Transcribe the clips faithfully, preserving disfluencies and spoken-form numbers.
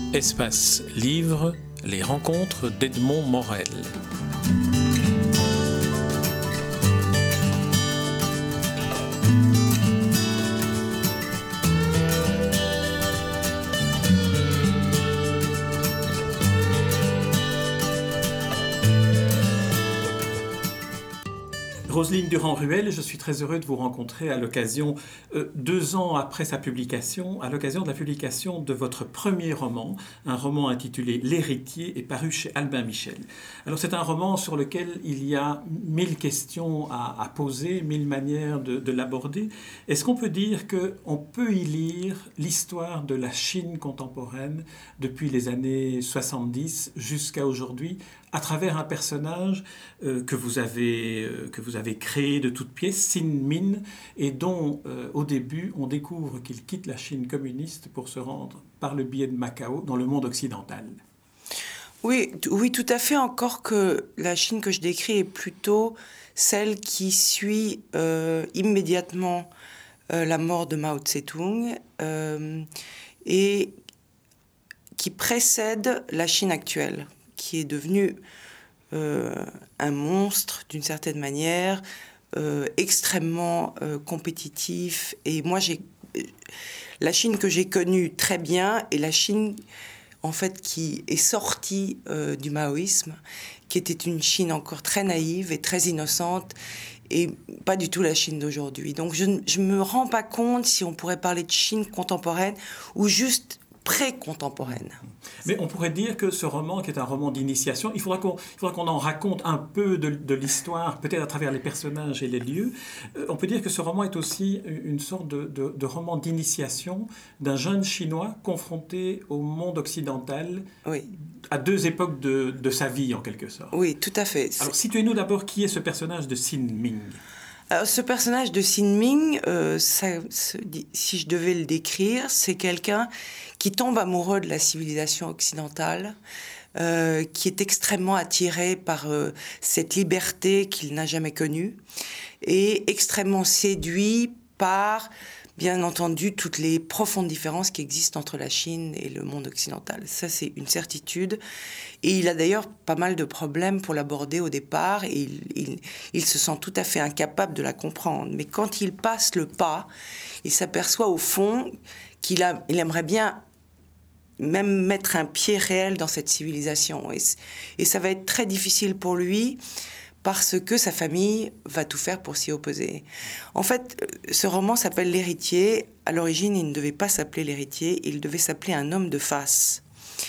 Espace Livre, les rencontres d'Edmond Morel. Roselyne Durand-Ruel, je suis très heureux de vous rencontrer à l'occasion, euh, deux ans après sa publication, à l'occasion de la publication de votre premier roman, un roman intitulé L'Héritier et paru chez Albin Michel. Alors c'est un roman sur lequel il y a mille questions à, à poser, mille manières de, de l'aborder. Est-ce qu'on peut dire qu'on peut y lire l'histoire de la Chine contemporaine depuis les années soixante-dix jusqu'à aujourd'hui, à travers un personnage euh, que vous avez, euh, que vous avez créé de toutes pièces, Sin Min, et dont, euh, au début, on découvre qu'il quitte la Chine communiste pour se rendre, par le biais de Macao, dans le monde occidental. Oui, oui, tout à fait, encore que la Chine que je décris est plutôt celle qui suit euh, immédiatement euh, la mort de Mao Tse-tung euh, et qui précède la Chine actuelle, qui est devenu euh, un monstre d'une certaine manière, euh, extrêmement euh, compétitif. Et moi, j'ai la Chine que j'ai connue très bien est la Chine, en fait, qui est sortie euh, du maoïsme, qui était une Chine encore très naïve et très innocente, et pas du tout la Chine d'aujourd'hui. Donc, je ne me rends pas compte si on pourrait parler de Chine contemporaine ou juste pré-contemporaine. Mais on pourrait dire que ce roman, qui est un roman d'initiation, il faudra qu'on, il faudra qu'on en raconte un peu de, de l'histoire, peut-être à travers les personnages et les lieux. Euh, on peut dire que ce roman est aussi une sorte de, de, de roman d'initiation d'un jeune Chinois confronté au monde occidental, oui, à deux époques de, de sa vie, en quelque sorte. Oui, tout à fait. Alors, situez-nous d'abord qui est ce personnage de Sin Ming. Alors, ce personnage de Sin Ming, euh, ça, si je devais le décrire, c'est quelqu'un qui tombe amoureux de la civilisation occidentale, euh, qui est extrêmement attiré par euh, cette liberté qu'il n'a jamais connue, et extrêmement séduit par, bien entendu, toutes les profondes différences qui existent entre la Chine et le monde occidental. Ça, c'est une certitude. Et il a d'ailleurs pas mal de problèmes pour l'aborder au départ, et il, il, il se sent tout à fait incapable de la comprendre. Mais quand il passe le pas, il s'aperçoit au fond qu'il a, il aimerait bien même mettre un pied réel dans cette civilisation. Et, et ça va être très difficile pour lui, parce que sa famille va tout faire pour s'y opposer. En fait, ce roman s'appelle L'Héritier. À l'origine, il ne devait pas s'appeler L'Héritier, il devait s'appeler Un homme de face.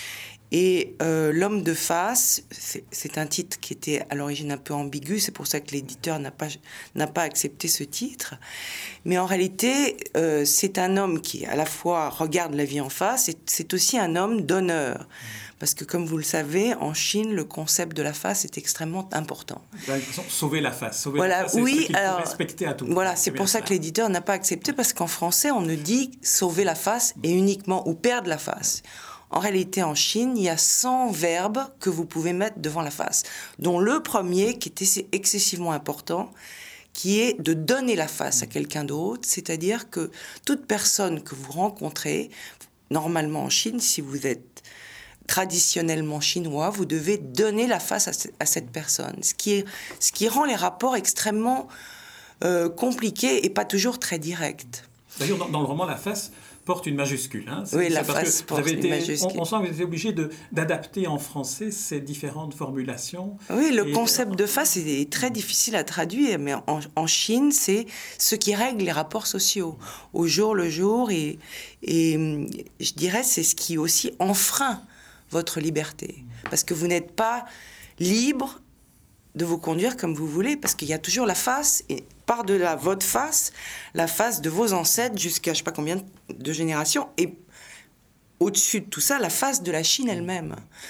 Et euh, L'homme de face, c'est, c'est un titre qui était à l'origine un peu ambigu, c'est pour ça que l'éditeur n'a pas, n'a pas accepté ce titre. Mais en réalité, euh, c'est un homme qui, à la fois, regarde la vie en face, et c'est aussi un homme d'honneur. Parce que, comme vous le savez, en Chine, le concept de la face est extrêmement important. Sauver la face. Sauver voilà, la face, c'est oui, ce qu'il alors, faut respecter à tout. Voilà, c'est, c'est pour ça, ça que l'éditeur n'a pas accepté, parce qu'en français, on ne dit sauver la face et uniquement, ou perdre la face. En réalité, en Chine, il y a cent verbes que vous pouvez mettre devant la face, dont le premier, qui est excessivement important, qui est de donner la face à quelqu'un d'autre, c'est-à-dire que toute personne que vous rencontrez, normalement en Chine, si vous êtes traditionnellement chinois, vous devez donner la face à, à cette personne, ce qui, est, ce qui rend les rapports extrêmement euh, compliqués et pas toujours très directs. D'ailleurs, dans, dans le roman, la face porte une majuscule. Hein. C'est, oui, la c'est face porte été, une majuscule. On, on sent que vous êtes obligé de, d'adapter en français ces différentes formulations. Oui, le et, concept de face est très difficile à traduire, mais en, en Chine, c'est ce qui règle les rapports sociaux, au jour le jour, et, et je dirais c'est ce qui aussi enfreint votre liberté. Parce que vous n'êtes pas libre de vous conduire comme vous voulez, parce qu'il y a toujours la face, et par-delà votre face, la face de vos ancêtres jusqu'à je ne sais pas combien de générations, et au-dessus de tout ça, la face de la Chine elle-même.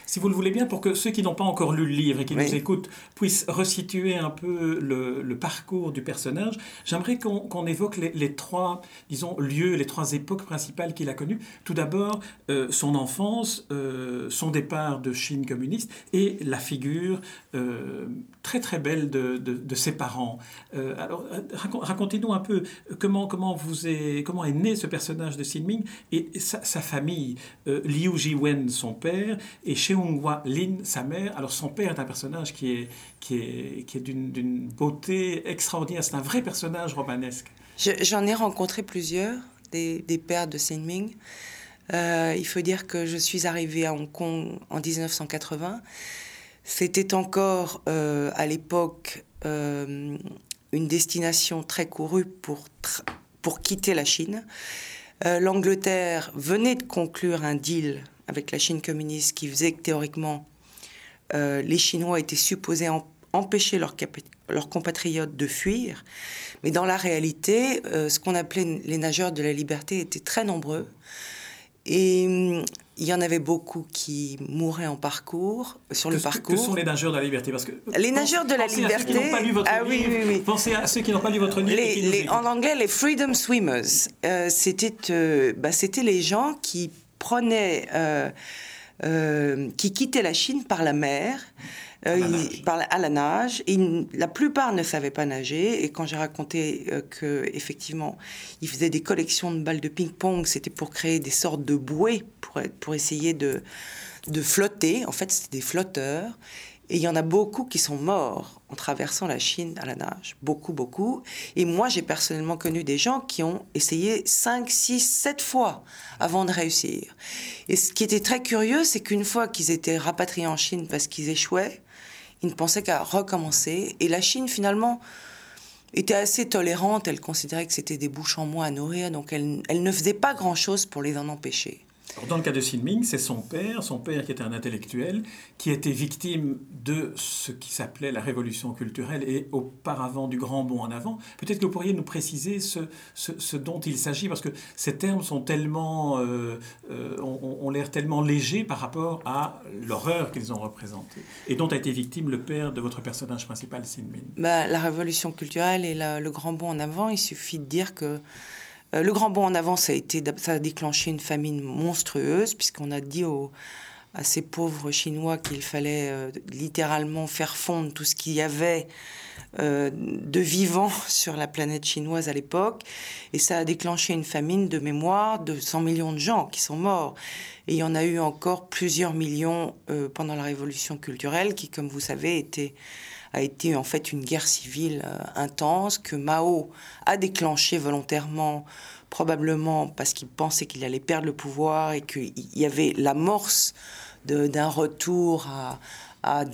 Si vous le voulez bien, pour que ceux qui n'ont pas encore lu le livre et qui oui. nous écoutent puissent resituer un peu le, le parcours du personnage, j'aimerais qu'on, qu'on évoque les, les trois, disons, lieux, les trois époques principales qu'il a connues. Tout d'abord, euh, son enfance, euh, son départ de Chine communiste et la figure euh, très très belle de, de, de ses parents. Euh, alors, racontez-nous un peu comment, comment, vous est, comment est né ce personnage de Sin Ming et sa, sa famille. Euh, Liu Jiwen, son père, et Cheung-hwa Lin, sa mère. Alors son père est un personnage qui est, qui est, qui est d'une, d'une beauté extraordinaire. C'est un vrai personnage romanesque. Je, j'en ai rencontré plusieurs, des, des pères de Sin Ming. Euh, il faut dire que je suis arrivée à Hong Kong en dix-neuf cent quatre-vingts. C'était encore, euh, à l'époque, euh, une destination très courue pour, tra- pour quitter la Chine. Euh, L'Angleterre venait de conclure un deal avec la Chine communiste qui faisait que théoriquement euh, les Chinois étaient supposés en, empêcher leurs, cap- leurs compatriotes de fuir. Mais dans la réalité, euh, ce qu'on appelait les nageurs de la liberté étaient très nombreux. Et hum, il y en avait beaucoup qui mouraient en parcours, sur que, le parcours. Que sont les nageurs de la liberté? Parce que, les nageurs de la pensez liberté. À ceux qui n'ont pas lu votre ah, livre, oui, oui, oui. Pensez à ceux qui n'ont pas lu votre livre. Les, et qui nous les, en anglais, les freedom swimmers. Euh, c'était, euh, bah, c'était les gens qui prenaient, euh, euh, qui quittaient la Chine par la mer. Euh, la ils, par la, à la nage. Et ils, la plupart ne savaient pas nager. Et quand j'ai raconté euh, qu'effectivement, ils faisaient des collections de balles de ping-pong, c'était pour créer des sortes de bouées, pour, pour essayer de, de flotter. En fait, c'était des flotteurs. Et il y en a beaucoup qui sont morts en traversant la Chine à la nage. Beaucoup, beaucoup. Et moi, j'ai personnellement connu des gens qui ont essayé cinq, six, sept fois avant de réussir. Et ce qui était très curieux, c'est qu'une fois qu'ils étaient rapatriés en Chine parce qu'ils échouaient, ils ne pensaient qu'à recommencer. Et la Chine, finalement, était assez tolérante. Elle considérait que c'était des bouches en moins à nourrir. Donc, elle, elle ne faisait pas grand-chose pour les en empêcher. Alors, dans le cas de Sin Ming, c'est son père, son père qui était un intellectuel, qui était victime de ce qui s'appelait la révolution culturelle et auparavant du grand bond en avant. Peut-être que vous pourriez nous préciser ce, ce, ce dont il s'agit, parce que ces termes sont tellement, euh, euh, ont, ont l'air tellement légers par rapport à l'horreur qu'ils ont représentée, et dont a été victime le père de votre personnage principal, Sin Ming. Ben, la révolution culturelle et la, le grand bond en avant, il suffit de dire que le grand bond en avant, ça a, été, ça a déclenché une famine monstrueuse, puisqu'on a dit aux, à ces pauvres Chinois qu'il fallait euh, littéralement faire fondre tout ce qu'il y avait euh, de vivant sur la planète chinoise à l'époque. Et ça a déclenché une famine de mémoire de cent millions de gens qui sont morts. Et il y en a eu encore plusieurs millions euh, pendant la révolution culturelle, qui, comme vous savez, était... a été en fait une guerre civile euh, intense que Mao a déclenchée volontairement, probablement parce qu'il pensait qu'il allait perdre le pouvoir et qu'il y avait l'amorce de, d'un retour à, à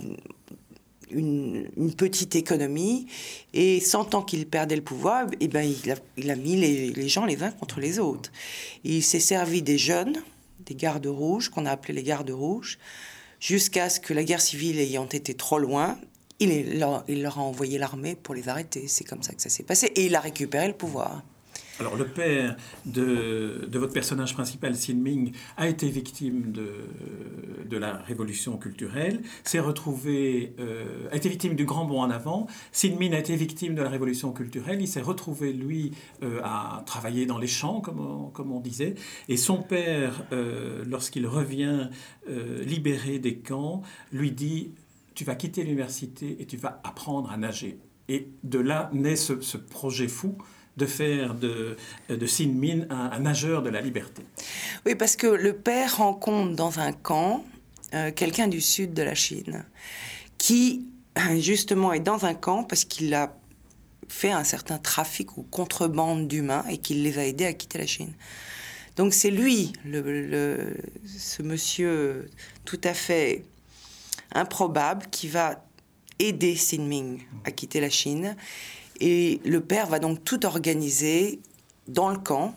une, une petite économie. Et sentant qu'il perdait le pouvoir, eh ben, il, a, il a mis les, les gens les uns contre les autres. Et il s'est servi des jeunes, des gardes rouges, qu'on a appelés les gardes rouges, jusqu'à ce que la guerre civile ayant été trop loin, Il leur, il leur a envoyé l'armée pour les arrêter. C'est comme ça que ça s'est passé. Et il a récupéré le pouvoir. Alors, le père de, de votre personnage principal, Sin Ming, a été victime de, de la révolution culturelle, s'est retrouvé, euh, a été victime du grand bond en avant. Sin Ming a été victime de la révolution culturelle. Il s'est retrouvé, lui, euh, à travailler dans les champs, comme on, comme on disait. Et son père, euh, lorsqu'il revient euh, libéré des camps, lui dit... tu vas quitter l'université et tu vas apprendre à nager. Et de là naît ce, ce projet fou de faire de, de Sin Ming un, un nageur de la liberté. Oui, parce que le père rencontre dans un camp euh, quelqu'un du sud de la Chine qui, justement, est dans un camp parce qu'il a fait un certain trafic ou contrebande d'humains et qu'il les a aidés à quitter la Chine. Donc c'est lui, le, le, ce monsieur tout à fait... improbable, qui va aider Sin Ming à quitter la Chine. Et le père va donc tout organiser dans le camp.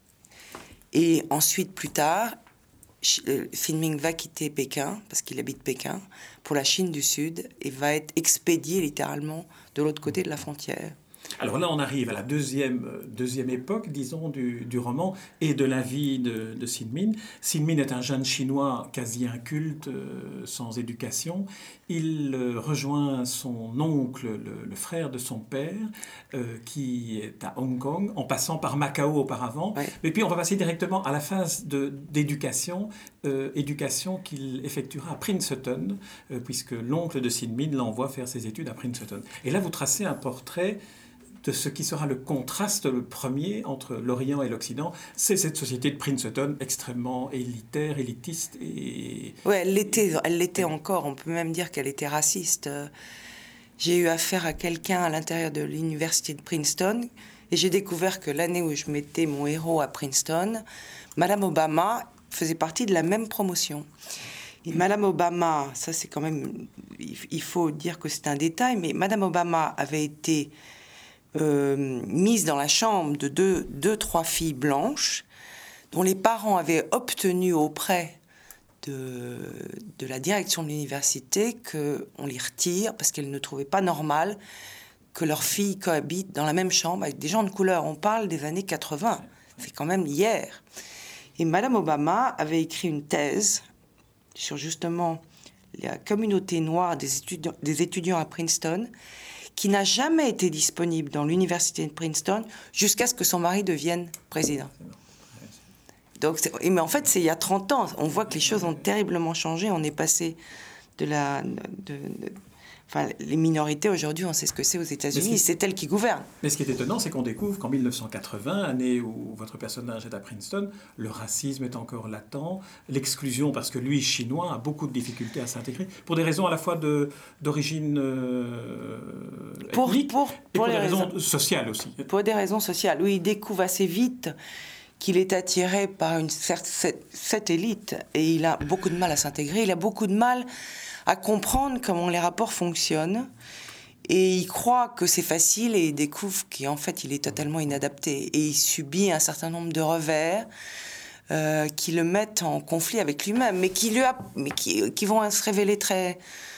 Et ensuite, plus tard, Sin Ming va quitter Pékin, parce qu'il habite Pékin, pour la Chine du Sud, et va être expédié littéralement de l'autre côté de la frontière. Alors là, on arrive à la deuxième, deuxième époque, disons, du, du roman et de la vie de, de Sinh Min. Sinh Min est un jeune Chinois quasi inculte, euh, sans éducation. Il euh, rejoint son oncle, le, le frère de son père, euh, qui est à Hong Kong, en passant par Macao auparavant. Ouais. Et puis on va passer directement à la phase de, d'éducation, euh, éducation qu'il effectuera à Princeton, euh, puisque l'oncle de Sinh Min l'envoie faire ses études à Princeton. Et là, vous tracez un portrait de ce qui sera le contraste le premier entre l'Orient et l'Occident. C'est cette société de Princeton extrêmement élitaire, élitiste. Et... Oui, elle l'était, elle l'était encore. On peut même dire qu'elle était raciste. J'ai eu affaire à quelqu'un à l'intérieur de l'université de Princeton et j'ai découvert que l'année où je mettais mon héros à Princeton, Madame Obama faisait partie de la même promotion. Et Madame Obama, ça c'est quand même... Il faut dire que c'est un détail, mais Madame Obama avait été... Euh, mise dans la chambre de deux, deux, trois filles blanches dont les parents avaient obtenu auprès de, de la direction de l'université qu'on les retire parce qu'elles ne trouvaient pas normal que leurs filles cohabitent dans la même chambre avec des gens de couleur. On parle des années quatre-vingts, c'est quand même hier. Et Madame Obama avait écrit une thèse sur justement la communauté noire des étudiants, des étudiants à Princeton, qui n'a jamais été disponible dans l'université de Princeton jusqu'à ce que son mari devienne président. Donc, mais en fait, c'est il y a trente ans. On voit que les choses ont terriblement changé. On est passé de la... De, de, enfin, les minorités, aujourd'hui, on sait ce que c'est aux États-Unis. C'est elles qui gouvernent. Mais ce qui est étonnant, c'est qu'on découvre qu'en mille neuf cent quatre-vingts, année où votre personnage est à Princeton, le racisme est encore latent, l'exclusion, parce que lui, chinois, a beaucoup de difficultés à s'intégrer, pour des raisons à la fois de, d'origine euh, pour, ethnique pour, pour, et pour pour des raisons, raisons sociales aussi. Pour des raisons sociales. Oui, il découvre assez vite qu'il est attiré par une, cette, cette élite, et il a beaucoup de mal à s'intégrer, il a beaucoup de mal à comprendre comment les rapports fonctionnent, et il croit que c'est facile et il découvre qu'en fait il est totalement inadapté et il subit un certain nombre de revers euh, qui le mettent en conflit avec lui-même, mais qui lui a, mais qui, qui vont se révéler très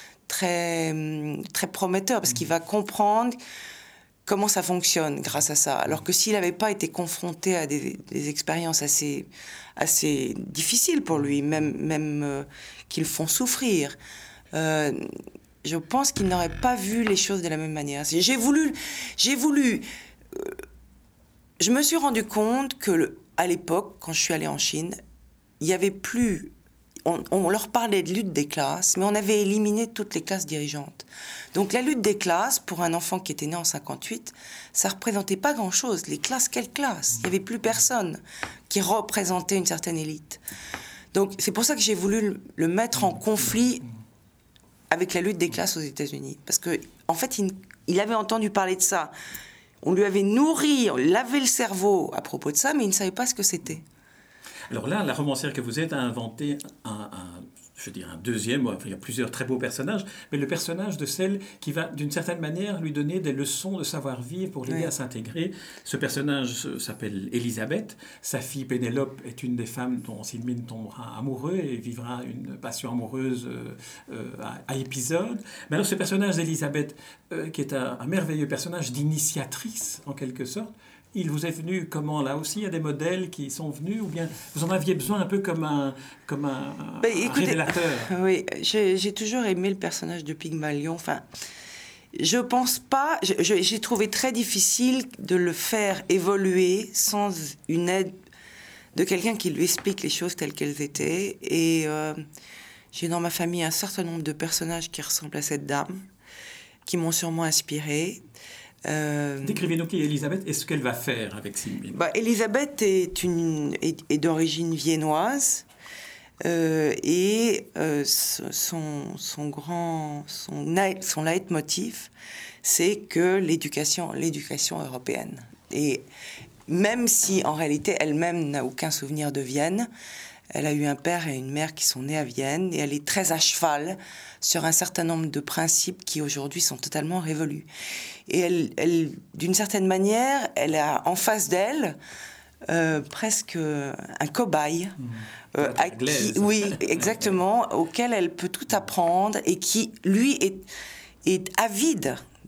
très très prometteurs parce qu'il va comprendre comment ça fonctionne grâce à ça, alors que s'il n'avait pas été confronté à des, des expériences assez assez difficiles pour lui, même même euh, qui le font souffrir. Euh, je pense qu'il n'aurait pas vu les choses de la même manière. J'ai voulu, j'ai voulu. Euh, je me suis rendu compte que, le, à l'époque, quand je suis allée en Chine, il y avait plus. On, on leur parlait de lutte des classes, mais on avait éliminé toutes les classes dirigeantes. Donc la lutte des classes, pour un enfant qui était né en cinquante-huit, ça représentait pas grand-chose. Les classes, quelles classes ? Il y avait plus personne qui représentait une certaine élite. Donc c'est pour ça que j'ai voulu le, le mettre en conflit avec la lutte des classes aux États-Unis. Parce qu'en en fait, il, il avait entendu parler de ça. On lui avait nourri, on lavé le cerveau à propos de ça, mais il ne savait pas ce que c'était. Alors là, la romancière que vous êtes a inventé un, un, je veux dire un deuxième, enfin, il y a plusieurs très beaux personnages, mais le personnage de celle qui va, d'une certaine manière, lui donner des leçons de savoir-vivre pour l'aider oui. à s'intégrer. Ce personnage s'appelle Elisabeth. Sa fille Pénélope est une des femmes dont Sinh Min tombera amoureux et vivra une passion amoureuse euh, à, à épisode. Mais alors ce personnage d'Elisabeth, euh, qui est un, un merveilleux personnage d'initiatrice, en quelque sorte, il vous est venu comment, là aussi, il y a des modèles qui sont venus, ou bien vous en aviez besoin un peu comme un, comme un, bah, un écoutez, révélateur? Oui, j'ai, j'ai toujours aimé le personnage de Pygmalion. Enfin, je pense pas, je, je, j'ai trouvé très difficile de le faire évoluer sans une aide de quelqu'un qui lui explique les choses telles qu'elles étaient. Et euh, j'ai dans ma famille un certain nombre de personnages qui ressemblent à cette dame, qui m'ont sûrement inspirée. Euh, Décrivez-nous qui est Elisabeth et ce qu'elle va faire avec Sinh Min. Bah, Elisabeth est, une, est, est d'origine viennoise euh, et euh, son, son grand son, son leitmotiv, c'est que l'éducation, l'éducation européenne. Et même si en réalité elle-même n'a aucun souvenir de Vienne, elle a eu un père et une mère qui sont nés à Vienne et elle est très à cheval sur un certain nombre de principes qui aujourd'hui sont totalement révolus. Et elle, elle, d'une certaine manière, elle a en face d'elle euh, presque un cobaye, mmh. euh, à qui, oui, exactement, auquel elle peut tout apprendre et qui, lui, est, est avide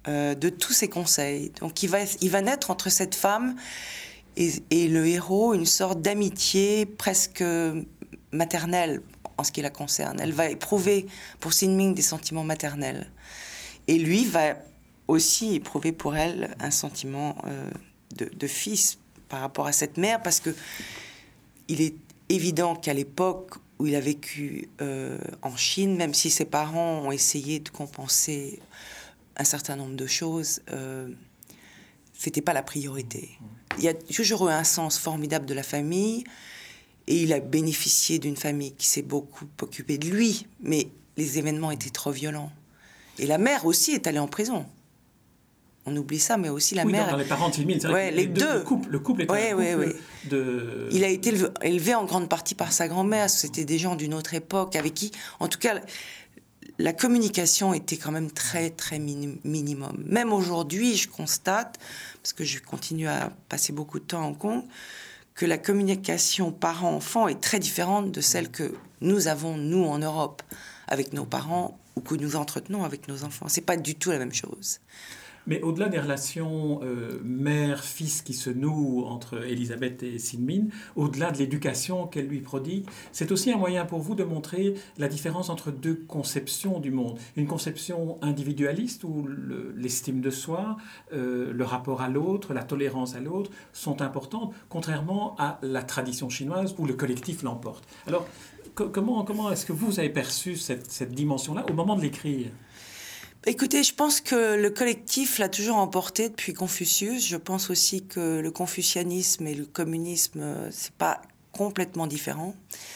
euh, de tous ses conseils. Donc il va, il va naître entre cette femme et, et le héros une sorte d'amitié presque maternelle en ce qui la concerne. Elle va éprouver pour Sin Ming des sentiments maternels. Et lui va aussi éprouver pour elle un sentiment euh, de, de fils par rapport à cette mère, parce que il est évident qu'à l'époque où il a vécu euh, en Chine, même si ses parents ont essayé de compenser un certain nombre de choses, euh, c'était pas la priorité. Il y a toujours eu un sens formidable de la famille, et il a bénéficié d'une famille qui s'est beaucoup occupée de lui, mais les événements étaient trop violents. Et la mère aussi est allée en prison. On oublie ça, mais aussi la oui, mère... Dans les parents de Sin Ming, c'est vrai ouais, que les, les deux. deux. Le couple, le couple était ouais, un ouais, couple ouais. de... Il a été élevé, élevé en grande partie par sa grand-mère. C'était des gens d'une autre époque, avec qui, en tout cas, la communication était quand même très, très minim, minimum. Même aujourd'hui, je constate, parce que je continue à passer beaucoup de temps à Hong Kong, que la communication parent-enfant est très différente de celle que nous avons, nous, en Europe, avec nos parents, ou que nous entretenons avec nos enfants. C'est pas du tout la même chose. Mais au-delà des relations euh, mère-fils qui se nouent entre Elisabeth et Sin Ming, au-delà de l'éducation qu'elle lui prodigue, c'est aussi un moyen pour vous de montrer la différence entre deux conceptions du monde. Une conception individualiste où le, l'estime de soi, euh, le rapport à l'autre, la tolérance à l'autre sont importantes, contrairement à la tradition chinoise où le collectif l'emporte. Alors, co- comment, comment est-ce que vous avez perçu cette, cette dimension-là au moment de l'écrire ? Écoutez, je pense que le collectif l'a toujours emporté depuis Confucius. Je pense aussi que le confucianisme et le communisme, c'est pas complètement différent.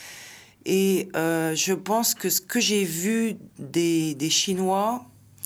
Et euh, je pense que ce que j'ai vu des, des Chinois,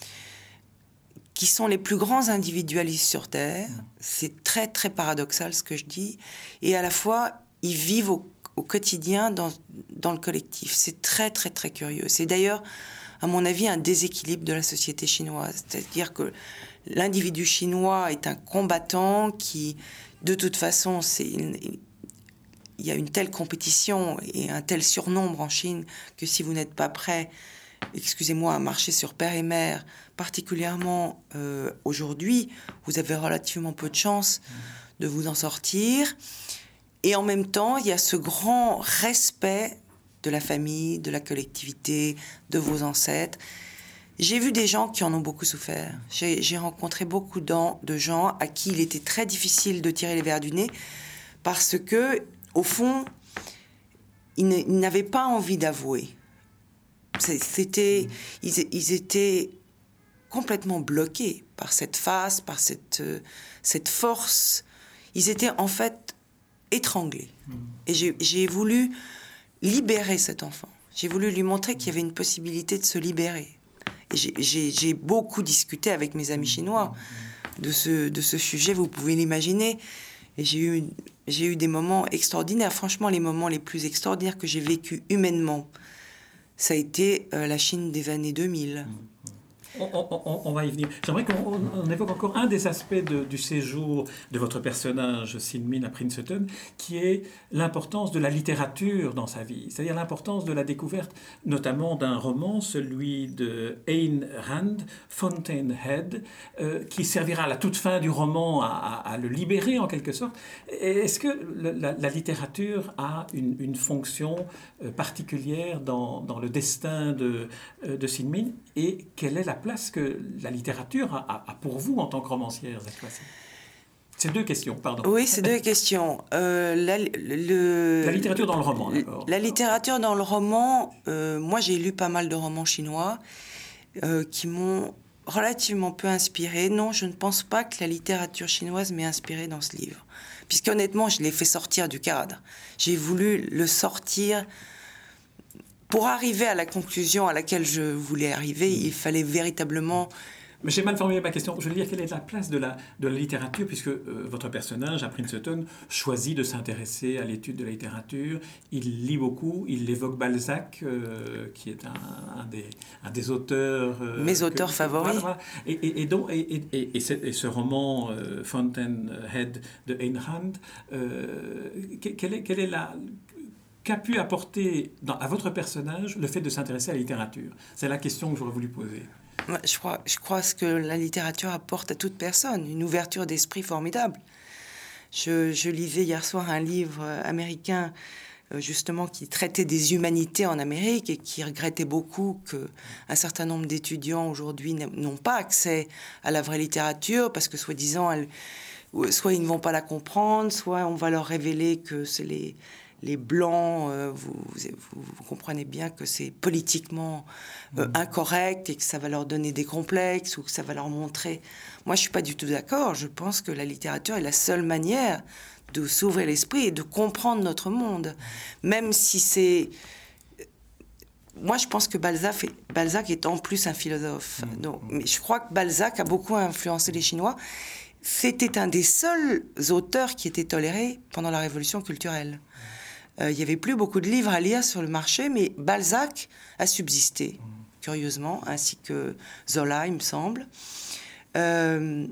qui sont les plus grands individualistes sur Terre, c'est très très paradoxal ce que je dis, et à la fois ils vivent au, au quotidien dans, dans le collectif. C'est très très très curieux. C'est d'ailleurs, à mon avis, un déséquilibre de la société chinoise. C'est-à-dire que l'individu chinois est un combattant qui, de toute façon, c'est une, il y a une telle compétition et un tel surnombre en Chine que si vous n'êtes pas prêt, excusez-moi, à marcher sur père et mère, particulièrement euh, aujourd'hui, vous avez relativement peu de chances de vous en sortir. Et en même temps, il y a ce grand respect de la famille, de la collectivité, de vos ancêtres. J'ai vu des gens qui en ont beaucoup souffert. J'ai, j'ai rencontré beaucoup de gens à qui il était très difficile de tirer les verres du nez parce que, au fond, ils, ne, ils n'avaient pas envie d'avouer. C'était, ils, ils étaient complètement bloqués par cette face, par cette, cette force. Ils étaient en fait étranglés. Et j'ai, j'ai voulu libérer cet enfant. J'ai voulu lui montrer qu'il y avait une possibilité de se libérer. Et j'ai, j'ai, j'ai beaucoup discuté avec mes amis chinois de ce, de ce sujet, vous pouvez l'imaginer. Et j'ai eu, j'ai eu des moments extraordinaires. Franchement, les moments les plus extraordinaires que j'ai vécus humainement, ça a été euh, la Chine des années deux mille. On, on, on va y venir. J'aimerais qu'on on évoque encore un des aspects de, du séjour de votre personnage, Sin Ming à Princeton, qui est l'importance de la littérature dans sa vie, c'est-à-dire l'importance de la découverte, notamment d'un roman, celui de Ayn Rand, Fountainhead, euh, qui servira à la toute fin du roman à, à, à le libérer en quelque sorte. Est-ce que le, la, la littérature a une, une fonction particulière dans, dans le destin de, de Sin Ming, et quelle est la place que la littérature a, a pour vous en tant que romancière cette fois-ci? C'est deux questions, pardon. Oui, c'est deux questions. Euh, la, le, la littérature dans le roman, d'abord. La littérature dans le roman, euh, moi j'ai lu pas mal de romans chinois euh, qui m'ont relativement peu inspiré. Non, je ne pense pas que la littérature chinoise m'ait inspiré dans ce livre. Puisqu'honnêtement, je l'ai fait sortir du cadre. J'ai voulu le sortir. Pour arriver à la conclusion à laquelle je voulais arriver, il fallait véritablement... Mais j'ai mal formulé ma question. Je veux dire, quelle est la place de la, de la littérature, puisque euh, votre personnage, à Princeton, choisit de s'intéresser à l'étude de la littérature. Il lit beaucoup, il évoque Balzac, euh, qui est un, un, des, un des auteurs... Euh, Mes auteurs que, favoris. Voilà, voilà. Et, et, et, donc, et, et, et, ce, et ce roman, euh, Fountainhead, de Ayn Rand, euh, quelle est, quelle est la... Qu'a pu apporter dans, à votre personnage le fait de s'intéresser à la littérature? C'est la question que j'aurais voulu poser. Je crois, je crois ce que la littérature apporte à toute personne, une ouverture d'esprit formidable. Je, je lisais hier soir un livre américain, justement, qui traitait des humanités en Amérique et qui regrettait beaucoup qu'un certain nombre d'étudiants aujourd'hui n'ont pas accès à la vraie littérature parce que, soi-disant, elle, soit ils ne vont pas la comprendre, soit on va leur révéler que c'est les... les blancs, euh, vous, vous, vous comprenez bien que c'est politiquement euh, incorrect et que ça va leur donner des complexes ou que ça va leur montrer... Moi, je ne suis pas du tout d'accord. Je pense que la littérature est la seule manière de s'ouvrir l'esprit et de comprendre notre monde. Même si c'est... Moi, je pense que Balzac est, Balzac est en plus un philosophe. Donc, mais je crois que Balzac a beaucoup influencé les Chinois. C'était un des seuls auteurs qui était toléré pendant la Révolution culturelle. Euh, il n'y avait plus beaucoup de livres à lire sur le marché, mais Balzac a subsisté, curieusement, ainsi que Zola, il me semble. Euh,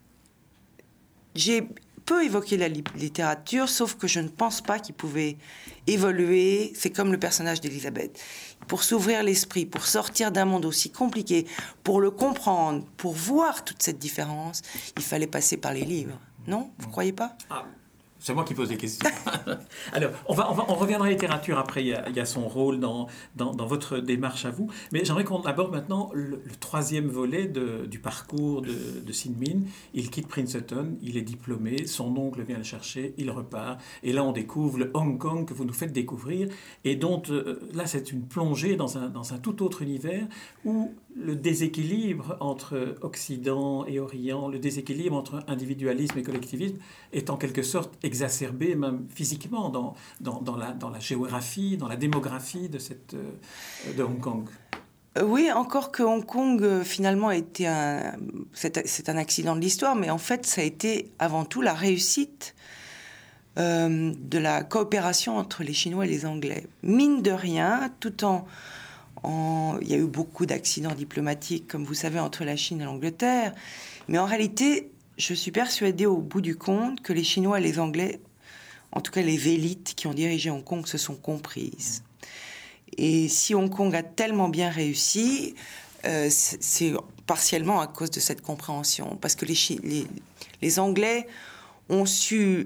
j'ai peu évoqué la li- littérature, sauf que je ne pense pas qu'il pouvait évoluer. C'est comme le personnage d'Élisabeth. Pour s'ouvrir l'esprit, pour sortir d'un monde aussi compliqué, pour le comprendre, pour voir toute cette différence, il fallait passer par les livres. Non ? Vous ne croyez pas ? Ah. C'est moi qui pose des questions. Alors, on, va, on, va, on reviendra à la littérature après, il y a, il y a son rôle dans, dans, dans votre démarche à vous. Mais j'aimerais qu'on aborde maintenant le, le troisième volet de, du parcours de, de Sinh Min. Il quitte Princeton, il est diplômé, son oncle vient le chercher, il repart. Et là, on découvre le Hong Kong que vous nous faites découvrir. Et dont, euh, là, c'est une plongée dans un, dans un tout autre univers où le déséquilibre entre Occident et Orient, le déséquilibre entre individualisme et collectivisme est en quelque sorte exacerbé, même physiquement, dans, dans, dans, la, dans la géographie, dans la démographie de, cette, de Hong Kong. Oui, encore que Hong Kong, finalement, a été un, c'est, c'est un accident de l'histoire, mais en fait, ça a été avant tout la réussite euh, de la coopération entre les Chinois et les Anglais. Mine de rien, tout en... En, il y a eu beaucoup d'accidents diplomatiques, comme vous savez, entre la Chine et l'Angleterre. Mais en réalité, je suis persuadée au bout du compte que les Chinois et les Anglais, en tout cas les élites qui ont dirigé Hong Kong, se sont comprises. Et si Hong Kong a tellement bien réussi, euh, c'est, c'est partiellement à cause de cette compréhension. Parce que les, Chi- les, les Anglais ont su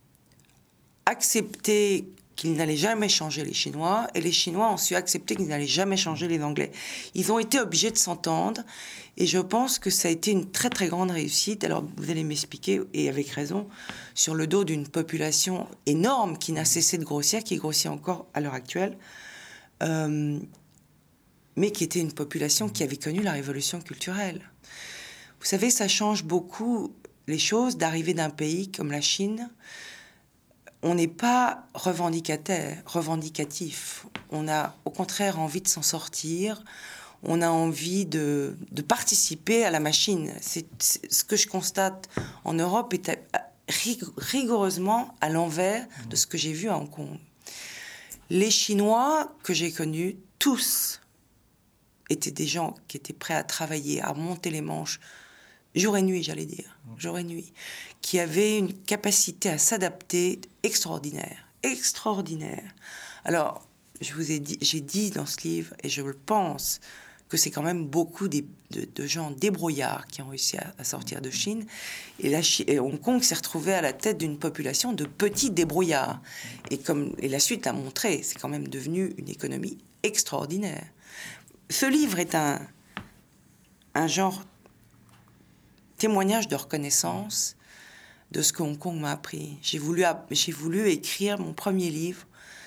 accepter qu'ils n'allaient jamais changer les Chinois, et les Chinois ont su accepter qu'ils n'allaient jamais changer les Anglais. Ils ont été obligés de s'entendre, et je pense que ça a été une très très grande réussite. Alors vous allez m'expliquer, et avec raison, sur le dos d'une population énorme qui n'a cessé de grossir, qui grossit encore à l'heure actuelle, euh, mais qui était une population qui avait connu la révolution culturelle. Vous savez, ça change beaucoup les choses d'arriver d'un pays comme la Chine. On n'est pas revendicataire, revendicatif. On a au contraire envie de s'en sortir. On a envie de, de participer à la machine. C'est, c'est, ce que je constate en Europe est à, à, rigoureusement à l'envers de ce que j'ai vu à Hong Kong. Les Chinois que j'ai connus, tous, étaient des gens qui étaient prêts à travailler, à monter les manches, jour et nuit, j'allais dire, jour et nuit, qui avait une capacité à s'adapter extraordinaire, extraordinaire. Alors, je vous ai dit, j'ai dit dans ce livre, et je le pense, que c'est quand même beaucoup de, de, de gens débrouillards qui ont réussi à, à sortir de Chine. Et, la, et Hong Kong s'est retrouvé à la tête d'une population de petits débrouillards. Et comme et la suite a montré, c'est quand même devenu une économie extraordinaire. Ce livre est un, un genre témoignage de reconnaissance de ce que Hong Kong m'a appris. J'ai voulu, j'ai voulu écrire mon premier livre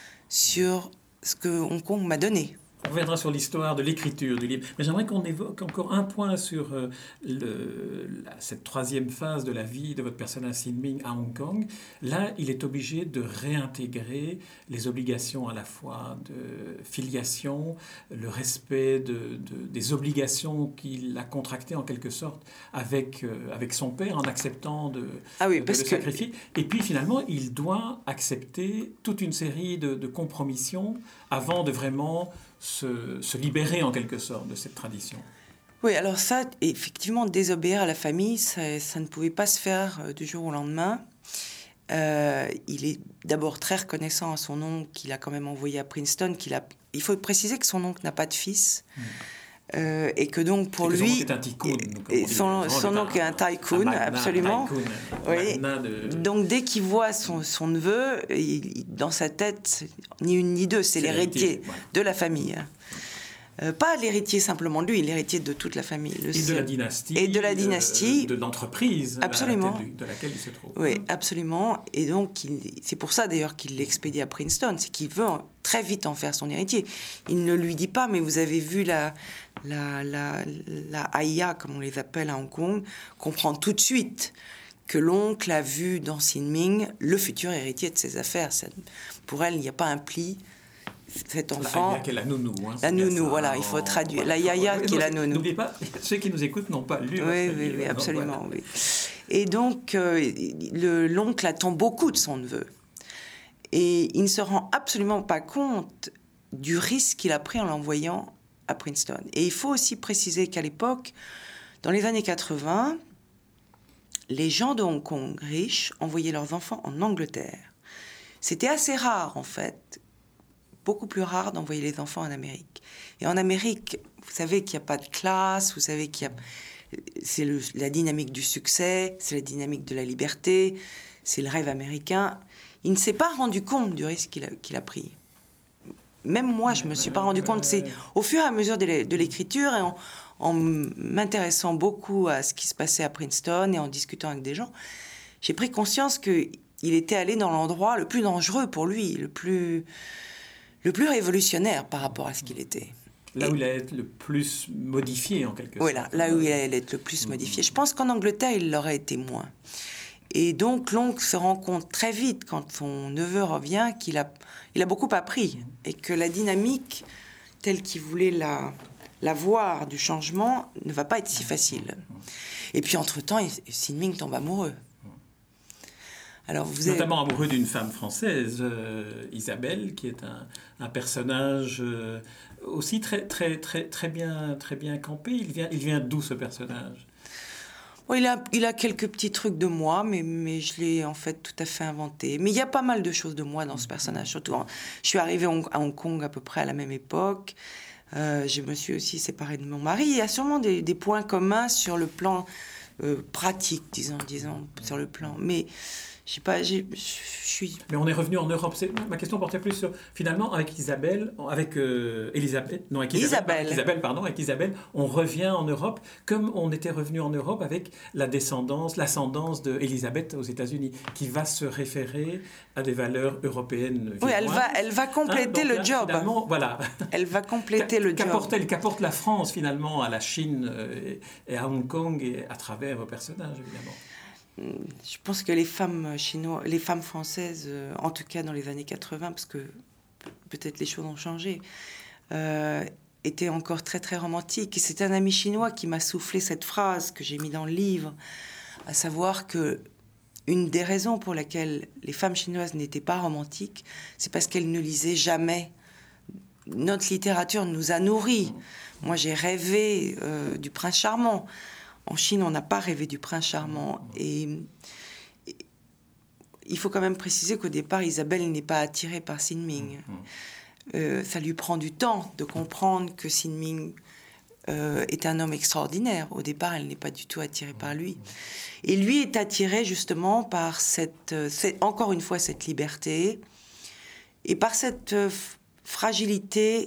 sur ce que Hong Kong m'a donné. On reviendra sur l'histoire de l'écriture du livre. Mais j'aimerais qu'on évoque encore un point sur euh, le, la, cette troisième phase de la vie de votre personnage Sinh Min à Hong Kong. Là, il est obligé de réintégrer les obligations à la fois de filiation, le respect de, de, des obligations qu'il a contractées en quelque sorte avec, euh, avec son père en acceptant de, ah oui, de parce le que... sacrifier. Et puis finalement, il doit accepter toute une série de, de compromissions avant de vraiment... Se, se libérer en quelque sorte de cette tradition. Oui, alors ça, effectivement, désobéir à la famille, ça, ça ne pouvait pas se faire euh, du jour au lendemain. Euh, il est d'abord très reconnaissant à son oncle qu'il a quand même envoyé à Princeton. Qu'il a... Il faut préciser que son oncle n'a pas de fils. Mmh. Euh, et que donc pour et que lui, son nom est un tycoon, et son, son nom est un tycoon, un magna, absolument. Tycoon, oui. de... Donc dès qu'il voit son, son neveu, il, dans sa tête, ni une ni deux, c'est, c'est l'héritier ouais. de la famille. Euh, pas l'héritier simplement de lui, l'héritier de toute la famille. Le et de la dynastie. Et de la dynastie. De, de l'entreprise absolument. De, de laquelle il se trouve. Oui, absolument. Et donc, il, c'est pour ça d'ailleurs qu'il l'expédie à Princeton, c'est qu'il veut très vite en faire son héritier. Il ne lui dit pas, mais vous avez vu la, la, la, la Aya, comme on les appelle à Hong Kong, comprend tout de suite que l'oncle a vu dans Sin Ming le futur héritier de ses affaires. Ça, pour elle, il n'y a pas un pli. Cet enfant, la Aya qui est la nounou. Hein, la nounou, ça, voilà, en... il faut traduire. La Yaya oui, qui est la nounou. N'oubliez pas, ceux qui nous écoutent n'ont pas lu. Oui, oui, livre, oui, absolument. Voilà. Oui. Et donc, euh, le, l'oncle attend beaucoup de son neveu. Et il ne se rend absolument pas compte du risque qu'il a pris en l'envoyant à Princeton. Et il faut aussi préciser qu'à l'époque, dans les années quatre-vingts, les gens de Hong Kong riches envoyaient leurs enfants en Angleterre. C'était assez rare, en fait, beaucoup plus rare d'envoyer les enfants en Amérique. Et en Amérique, vous savez qu'il n'y a pas de classe, vous savez qu'il y a... C'est le, la dynamique du succès, c'est la dynamique de la liberté, c'est le rêve américain. Il ne s'est pas rendu compte du risque qu'il a, qu'il a pris. Même moi, je ne me suis pas rendu compte. C'est au fur et à mesure de, de l'écriture et en, en m'intéressant beaucoup à ce qui se passait à Princeton et en discutant avec des gens, j'ai pris conscience qu'il était allé dans l'endroit le plus dangereux pour lui, le plus... le plus révolutionnaire par rapport à ce qu'il était. Là où il allait être le plus modifié, en quelque sorte. Voilà, là où il allait être le plus modifié. Je pense qu'en Angleterre, il l'aurait été moins. Et donc, l'oncle se rend compte très vite, quand son neveu revient, qu'il a, il a beaucoup appris. Et que la dynamique, telle qu'il voulait la, la voir du changement, ne va pas être si facile. Et puis, entre-temps, Sin Ming tombe amoureux. Alors vous notamment êtes... amoureux d'une femme française, euh, Isabelle, qui est un, un personnage euh, aussi très, très, très, très, bien, très bien campé. Il vient, il vient d'où, ce personnage ? Bon, il, a, il a quelques petits trucs de moi, mais, mais je l'ai en fait tout à fait inventé. Mais il y a pas mal de choses de moi dans ce personnage. Surtout, je suis arrivée à Hong Kong à peu près à la même époque. Euh, je me suis aussi séparée de mon mari. Il y a sûrement des, des points communs sur le plan euh, pratique, disons, disons, sur le plan. Mais... Je sais pas, je suis... Mais on est revenu en Europe. C'est, ma question portait plus sur, finalement, avec Isabelle, avec euh, Elisabeth, non, avec Isabelle, Isabelle. Avec Isabelle, pardon, avec Isabelle, on revient en Europe comme on était revenu en Europe avec la descendance, l'ascendance de Elisabeth aux États-Unis, qui va se référer à des valeurs européennes. Oui, elle va, elle va compléter hein, le là, job. Finalement, voilà. Elle va compléter le qu'apporte, job. Qu'apporte la France, finalement, à la Chine euh, et à Hong Kong, et à travers vos personnages, évidemment. Je pense que les femmes chinoises, les femmes françaises, euh, en tout cas dans les années quatre-vingts, parce que peut-être les choses ont changé, euh, étaient encore très très romantiques. Et c'est un ami chinois qui m'a soufflé cette phrase que j'ai mis dans le livre, à savoir que une des raisons pour lesquelles les femmes chinoises n'étaient pas romantiques, c'est parce qu'elles ne lisaient jamais. Notre littérature nous a nourris. Moi, j'ai rêvé euh, du prince charmant. En Chine, on n'a pas rêvé du prince charmant. Et, et il faut quand même préciser qu'au départ, Isabelle n'est pas attirée par Sin Ming. Euh, ça lui prend du temps de comprendre que Sin Ming euh, est un homme extraordinaire. Au départ, elle n'est pas du tout attirée par lui. Et lui est attiré justement par cette, cette encore une fois, cette liberté et par cette euh, fragilité.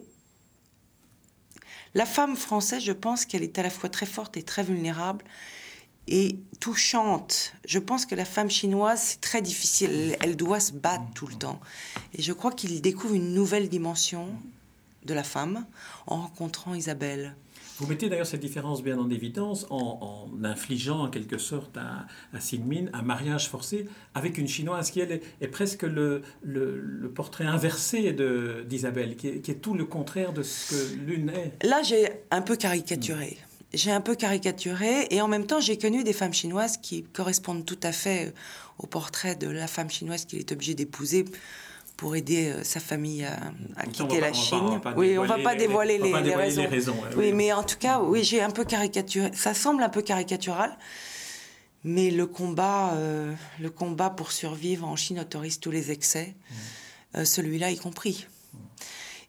La femme française, je pense qu'elle est à la fois très forte et très vulnérable et touchante. Je pense que la femme chinoise, c'est très difficile. Elle, elle doit se battre tout le temps. Et je crois qu'il découvre une nouvelle dimension de la femme en rencontrant Isabelle. Vous mettez d'ailleurs cette différence bien en évidence en, en infligeant en quelque sorte à, à Sin Ming un mariage forcé avec une Chinoise qui elle est, est presque le, le, le portrait inversé de, d'Isabelle, qui est, qui est tout le contraire de ce que l'une est. Là, j'ai un peu caricaturé. Mmh. J'ai un peu caricaturé et en même temps, j'ai connu des femmes chinoises qui correspondent tout à fait au portrait de la femme chinoise qu'il est obligé d'épouser pour aider euh, sa famille à, à quitter la Chine. Oui, on ne va pas dévoiler les, les, les raisons. Les raisons ouais, oui, oui, mais en tout cas, oui, j'ai un peu caricaturé. Ça semble un peu caricatural, mais le combat, euh, le combat pour survivre en Chine autorise tous les excès, mmh. euh, celui-là y compris. Mmh.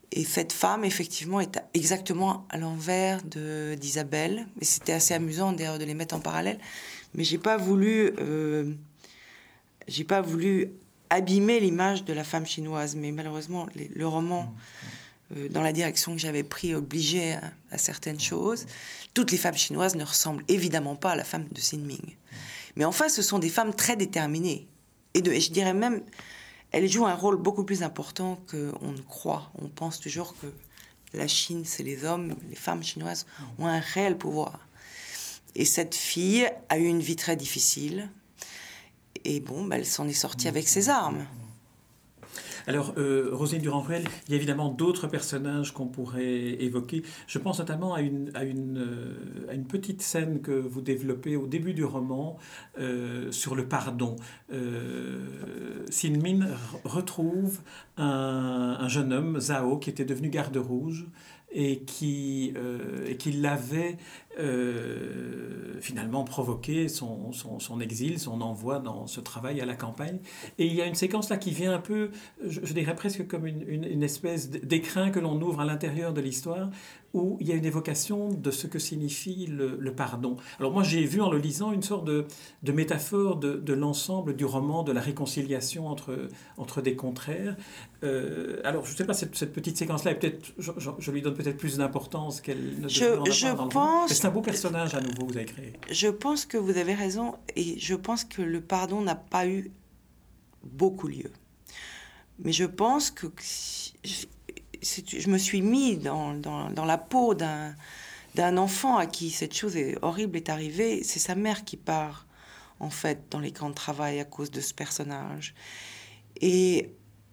Et cette femme, effectivement, est exactement à l'envers de, d'Isabelle. Et c'était assez amusant, d'ailleurs, de les mettre en parallèle. Mais j'ai pas voulu... Euh, j'ai pas voulu abîmer l'image de la femme chinoise. Mais malheureusement, les, le roman, euh, dans la direction que j'avais pris, obligeait à, à certaines choses. Toutes les femmes chinoises ne ressemblent évidemment pas à la femme de Sin Ming. Mais enfin, ce sont des femmes très déterminées. Et, de, et je dirais même... Elle joue un rôle beaucoup plus important qu'on ne croit. On pense toujours que la Chine, c'est les hommes, les femmes chinoises ont un réel pouvoir. Et cette fille a eu une vie très difficile. Et bon, ben, elle s'en est sortie avec ses armes. Alors, euh, Roselyne Durand-Ruel, il y a évidemment d'autres personnages qu'on pourrait évoquer. Je pense notamment à une, à une, euh, à une petite scène que vous développez au début du roman euh, sur le pardon. Euh, Sin Ming retrouve un, un jeune homme, Zhao, qui était devenu garde rouge et qui, euh, et qui l'avait euh, finalement provoqué son, son, son exil, son envoi dans ce travail à la campagne. Et il y a une séquence là qui vient un peu, je, je dirais presque comme une, une, une espèce d'écrin que l'on ouvre à l'intérieur de l'histoire, où il y a une évocation de ce que signifie le, le pardon. Alors moi j'ai vu en le lisant une sorte de, de métaphore de, de l'ensemble du roman, de la réconciliation entre, entre des contraires. Euh, alors je ne sais pas, cette, cette petite séquence-là, est peut-être, je, je, je lui donne peut-être plus d'importance qu'elle ne je, devrait en avoir je dans le pense, roman. Mais c'est un beau personnage à nouveau que vous avez créé. Je pense que vous avez raison, et je pense que le pardon n'a pas eu beaucoup lieu. Mais je pense que je, je me suis mis dans, dans, dans la peau d'un, d'un enfant à qui cette chose est horrible est arrivée. C'est sa mère qui part, en fait, dans les camps de travail à cause de ce personnage. Et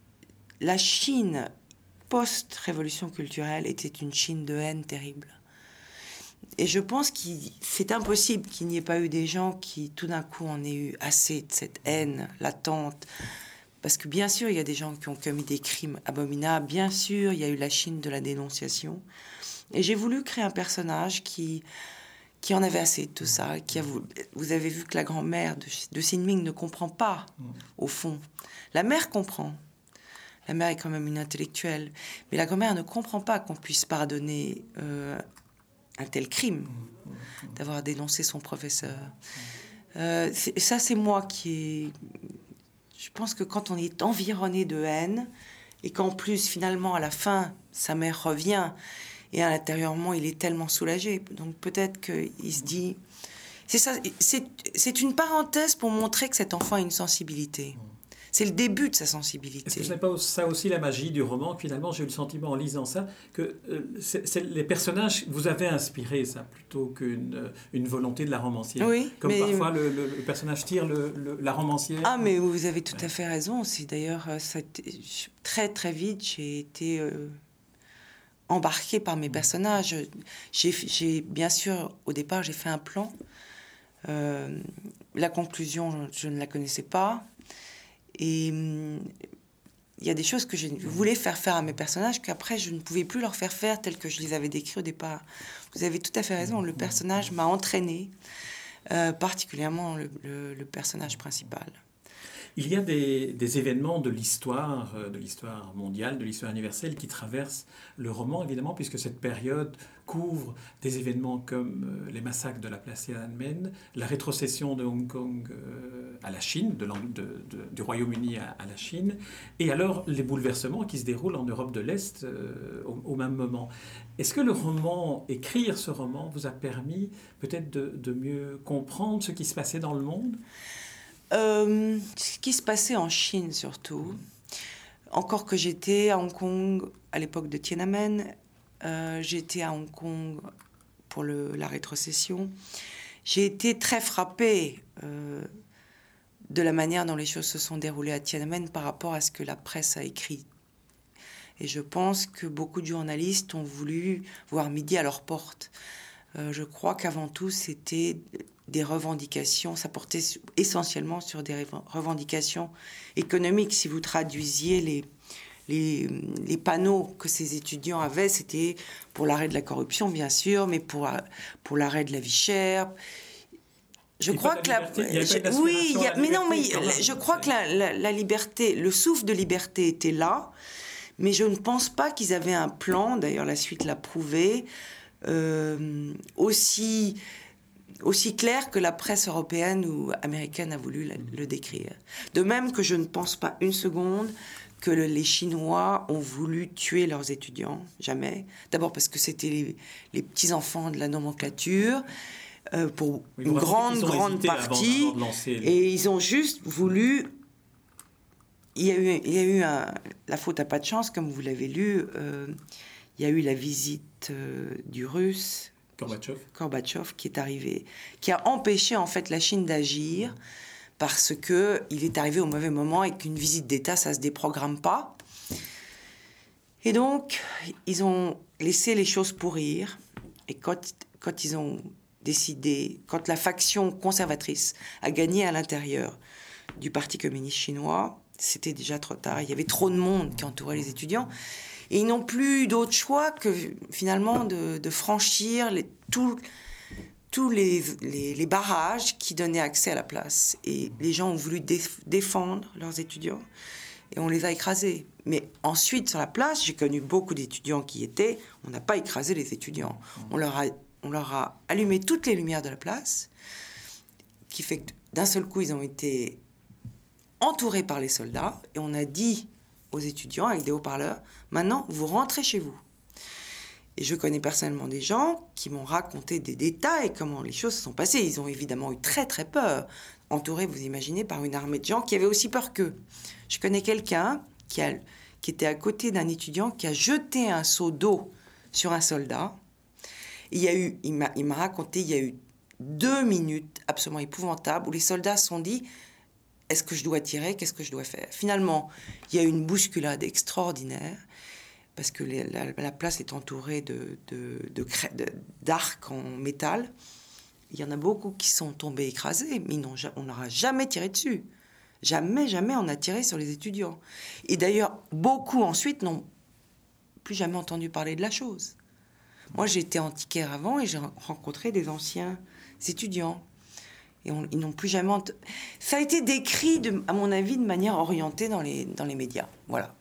la Chine, post-révolution culturelle, était une Chine de haine terrible. Et je pense que c'est impossible qu'il n'y ait pas eu des gens qui, tout d'un coup, en aient eu assez de cette haine latente. Parce que bien sûr, il y a des gens qui ont commis des crimes abominables. Bien sûr, il y a eu la Chine de la dénonciation. Et j'ai voulu créer un personnage qui, qui en avait assez de tout ça. Qui a voulu... Vous avez vu que la grand-mère de, de Sin Ming ne comprend pas, au fond. La mère comprend. La mère est quand même une intellectuelle. Mais la grand-mère ne comprend pas qu'on puisse pardonner euh, un tel crime, d'avoir dénoncé son professeur. Euh, c'est, ça, c'est moi qui ai... Je pense que quand on est environné de haine, et qu'en plus, finalement, à la fin, sa mère revient, et à l'intérieurement, il est tellement soulagé. Donc peut-être qu'il se dit... C'est ça, c'est, c'est une parenthèse pour montrer que cet enfant a une sensibilité. C'est le début de sa sensibilité. Est-ce que ce n'est pas ça aussi la magie du roman? Finalement, j'ai eu le sentiment en lisant ça que euh, c'est, c'est les personnages vous avez inspiré ça plutôt qu'une une volonté de la romancière. Oui, comme mais... parfois le, le, le personnage tire le, le, la romancière. Ah, mais vous avez tout à fait raison. C'est d'ailleurs ça, très très vite j'ai été euh, embarquée par mes personnages. J'ai, j'ai bien sûr au départ j'ai fait un plan. Euh, la conclusion je ne la connaissais pas. Et il hum, y a des choses que je voulais faire faire à mes personnages qu'après je ne pouvais plus leur faire faire telles que je les avais décrits au départ. Vous avez tout à fait raison, le personnage m'a entraînée, euh, particulièrement le, le, le personnage principal. Il y a des, des événements de l'histoire, de l'histoire mondiale, de l'histoire universelle qui traversent le roman, évidemment, puisque cette période couvre des événements comme les massacres de la place Tiananmen, la rétrocession de Hong Kong à la Chine, de, de, de, du Royaume-Uni à, à la Chine, et alors les bouleversements qui se déroulent en Europe de l'Est euh, au, au même moment. Est-ce que le roman, écrire ce roman, vous a permis peut-être de, de mieux comprendre ce qui se passait dans le monde ? Euh, ce qui se passait en Chine surtout, encore que j'étais à Hong Kong à l'époque de Tiananmen, euh, j'étais à Hong Kong pour le, la rétrocession, j'ai été très frappée euh, de la manière dont les choses se sont déroulées à Tiananmen par rapport à ce que la presse a écrit. Et je pense que beaucoup de journalistes ont voulu voir midi à leur porte. Euh, je crois qu'avant tout, c'était des revendications, ça portait essentiellement sur des revendications économiques. Si vous traduisiez les, les, les panneaux que ces étudiants avaient, c'était pour l'arrêt de la corruption, bien sûr, mais pour, pour l'arrêt de la vie chère. Je il crois que la... Je, oui, il y a, mais non, mais je crois que la, la, la liberté, le souffle de liberté était là, Mais je ne pense pas qu'ils avaient un plan, d'ailleurs la suite l'a prouvé, euh, aussi, aussi clair que la presse européenne ou américaine a voulu le, le décrire. De même que je ne pense pas une seconde que le, les Chinois ont voulu tuer leurs étudiants, jamais. D'abord parce que c'était les, les petits-enfants de la nomenclature, euh, pour oui, une grande, grande partie, avant, avant les... et ils ont juste voulu... Il y a eu, il y a eu un, la faute à pas de chance, comme vous l'avez lu, euh, il y a eu la visite euh, du Russe, Gorbatchev. Gorbatchev, qui est arrivé, qui a empêché en fait la Chine d'agir, parce qu'il est arrivé au mauvais moment et qu'une visite d'État, ça ne se déprogramme pas. Et donc, ils ont laissé les choses pourrir, et quand, quand ils ont décidé, quand la faction conservatrice a gagné à l'intérieur du Parti communiste chinois, c'était déjà trop tard. Il y avait trop de monde qui entourait les étudiants. Et ils n'ont plus d'autre choix que, finalement, de, de franchir les, tous tous les, les, les barrages qui donnaient accès à la place. Et les gens ont voulu déf- défendre leurs étudiants. Et on les a écrasés. Mais ensuite, sur la place, j'ai connu beaucoup d'étudiants qui y étaient. On n'a pas écrasé les étudiants. On leur a, on leur a allumé toutes les lumières de la place, qui fait que d'un seul coup, ils ont été entourés par les soldats, et on a dit aux étudiants, avec des haut-parleurs, maintenant, vous rentrez chez vous. Et je connais personnellement des gens qui m'ont raconté des détails, comment les choses se sont passées. Ils ont évidemment eu très très peur, entourés, vous imaginez, par une armée de gens qui avaient aussi peur qu'eux. Je connais quelqu'un qui, a, qui était à côté d'un étudiant qui a jeté un seau d'eau sur un soldat. Il, y a eu, il, m'a, il m'a raconté, il y a eu deux minutes absolument épouvantables où les soldats se sont dit: est-ce que je dois tirer? Qu'est-ce que je dois faire? Finalement, il y a eu une bousculade extraordinaire, parce que les, la, la place est entourée de, de, de, de, d'arcs en métal. Il y en a beaucoup qui sont tombés écrasés, mais non, on n'aura jamais tiré dessus. Jamais, jamais on a tiré sur les étudiants. Et d'ailleurs, beaucoup ensuite n'ont plus jamais entendu parler de la chose. Moi, j'étais antiquaire avant et j'ai rencontré des anciens étudiants. Et on, ils n'ont plus jamais... Ent... Ça a été décrit, de, à mon avis, de manière orientée dans les, dans les médias. Voilà.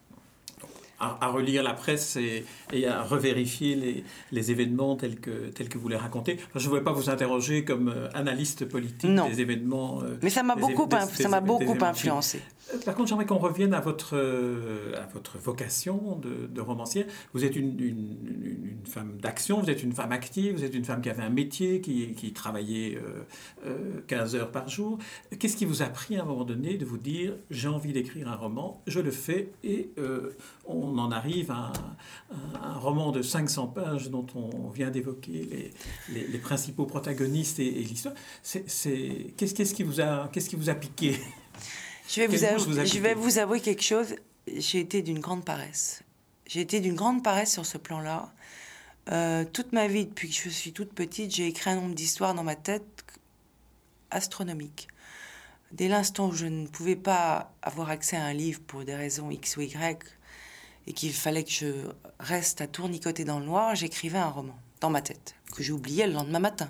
À, à relire la presse et, et à revérifier les, les événements tels que, tels que vous les racontez. Enfin, je ne voulais pas vous interroger comme euh, analyste politique non. des événements... Euh, Mais ça m'a beaucoup, éve- des, ça m'a des, beaucoup des influencé. Par contre, j'aimerais qu'on revienne à votre, euh, à votre vocation de, de romancière. Vous êtes une, une, une, une femme d'action, vous êtes une femme active, vous êtes une femme qui avait un métier, qui, qui travaillait euh, euh, quinze heures par jour. Qu'est-ce qui vous a pris à un moment donné de vous dire « j'ai envie d'écrire un roman, je le fais » et euh, on en arrive à un, un roman de cinq cents pages dont on vient d'évoquer les, les, les principaux protagonistes et, et l'histoire. C'est, c'est, qu'est-ce, qu'est-ce, qui vous a, qu'est-ce qui vous a piqué? Je vais, vous avou- vous je vais vous avouer quelque chose. J'ai été d'une grande paresse. J'ai été d'une grande paresse sur ce plan-là. Euh, toute ma vie, depuis que je suis toute petite, j'ai écrit un nombre d'histoires dans ma tête astronomique. Dès l'instant où je ne pouvais pas avoir accès à un livre pour des raisons X ou Y, et qu'il fallait que je reste à tournicoter dans le noir, j'écrivais un roman dans ma tête, que j'oubliais le lendemain matin.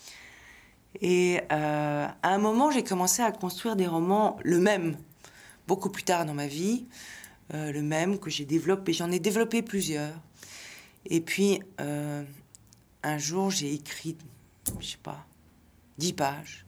Et euh, à un moment, j'ai commencé à construire des romans, le même, beaucoup plus tard dans ma vie, euh, le même que j'ai développé. J'en ai développé plusieurs. Et puis, euh, un jour, j'ai écrit, je sais pas, dix pages.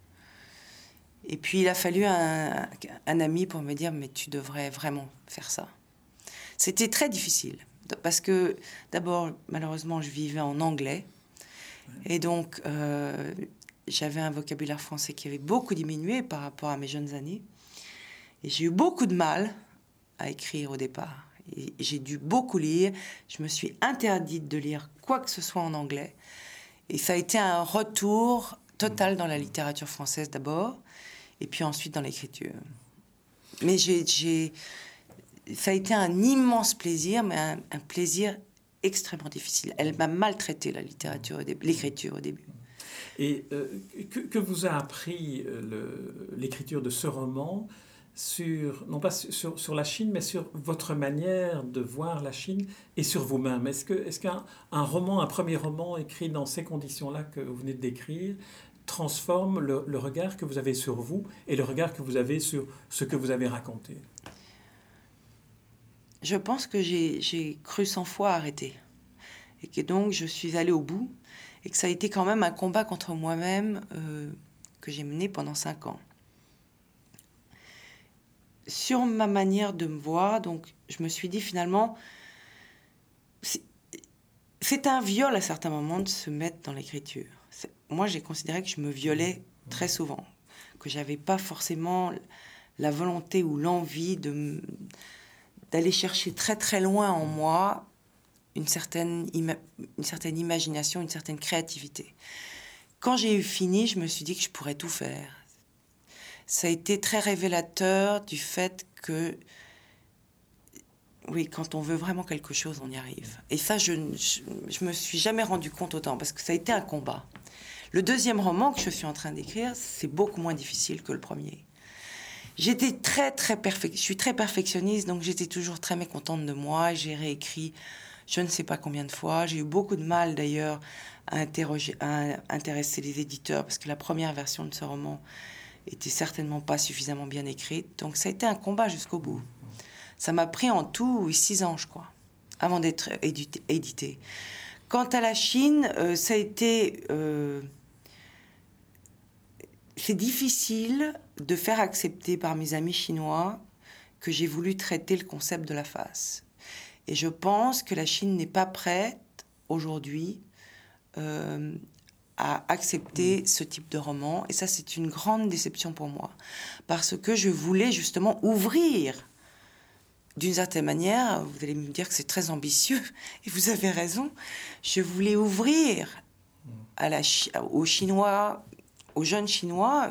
Et puis, il a fallu un, un ami pour me dire « mais tu devrais vraiment faire ça ». C'était très difficile, parce que, d'abord, malheureusement, je vivais en anglais. Et donc... Euh, j'avais un vocabulaire français qui avait beaucoup diminué par rapport à mes jeunes années. Et j'ai eu beaucoup de mal à écrire au départ. Et j'ai dû beaucoup lire. Je me suis interdite de lire quoi que ce soit en anglais. Et ça a été un retour total dans la littérature française d'abord, et puis ensuite dans l'écriture. Mais j'ai, j'ai... ça a été un immense plaisir, mais un, un plaisir extrêmement difficile. Elle m'a maltraité, la littérature, au dé... l'écriture au début. Et euh, que, que vous a appris euh, le, l'écriture de ce roman sur, non pas sur, sur la Chine, mais sur votre manière de voir la Chine et sur vous-même? Est-ce, que, est-ce qu'un un roman, un premier roman écrit dans ces conditions-là que vous venez de décrire, transforme le, le regard que vous avez sur vous et le regard que vous avez sur ce que vous avez raconté? je pense que j'ai, j'ai cru cent fois arrêter. Et que donc, je suis allée au bout. Et que ça a été quand même un combat contre moi-même euh, que j'ai mené pendant cinq ans. Sur ma manière de me voir, donc, je me suis dit finalement, c'est, c'est un viol à certains moments de se mettre dans l'écriture. C'est, moi, j'ai considéré que je me violais très souvent, que j'avais pas forcément la volonté ou l'envie de, d'aller chercher très très loin en moi une certaine, ima- une certaine imagination, une certaine créativité. Quand j'ai eu fini, je me suis dit que je pourrais tout faire. Ça a été très révélateur du fait que, oui, quand on veut vraiment quelque chose, on y arrive. Et ça, je ne je, je me suis jamais rendu compte autant, parce que ça a été un combat. Le deuxième roman que je suis en train d'écrire, c'est beaucoup moins difficile que le premier. J'étais très, très perfec... Je suis très perfectionniste, donc j'étais toujours très mécontente de moi. J'ai réécrit je ne sais pas combien de fois. J'ai eu beaucoup de mal, d'ailleurs, à, interroger... à intéresser les éditeurs, parce que la première version de ce roman était certainement pas suffisamment bien écrite. Donc ça a été un combat jusqu'au bout. Ça m'a pris en tout six ans, je crois, avant d'être édité. édité. Quant à la Chine, euh, ça a été... Euh... C'est difficile de faire accepter par mes amis chinois que j'ai voulu traiter le concept de la face. Et je pense que la Chine n'est pas prête, aujourd'hui, euh, à accepter ce type de roman. Et ça, c'est une grande déception pour moi. Parce que je voulais justement ouvrir, d'une certaine manière, vous allez me dire que c'est très ambitieux, et vous avez raison, je voulais ouvrir à la, aux Chinois, aux jeunes Chinois,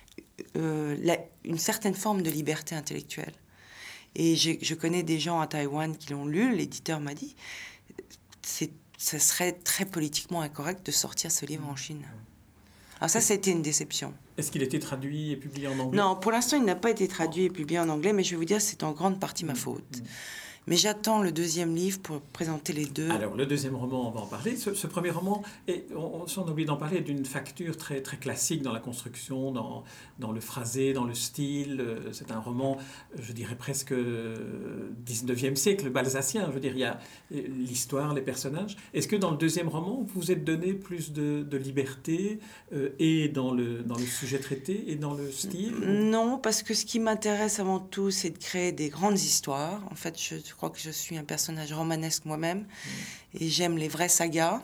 euh, la, une certaine forme de liberté intellectuelle. Et je connais des gens à Taïwan qui l'ont lu, l'éditeur m'a dit, c'est, ça serait très politiquement incorrect de sortir ce livre en Chine. Alors ça, c'était une déception. Est-ce qu'il a été traduit et publié en anglais? Non, pour l'instant, il n'a pas été traduit et publié en anglais, mais je vais vous dire, c'est en grande partie ma faute. Mmh. Mais j'attends le deuxième livre pour présenter les deux. Alors, le deuxième roman, on va en parler. Ce, ce premier roman, est, on, on oublie d'en parler, d'une facture très, très classique dans la construction, dans, dans le phrasé, dans le style. C'est un roman, je dirais presque dix-neuvième siècle, balsacien. Je veux dire, il y a l'histoire, les personnages. Est-ce que dans le deuxième roman, vous vous êtes donné plus de, de liberté, euh, et dans le, dans le sujet traité, et dans le style? Non, parce que ce qui m'intéresse avant tout, c'est de créer des grandes histoires. En fait, je Je crois que je suis un personnage romanesque moi-même, mmh. et j'aime les vraies sagas.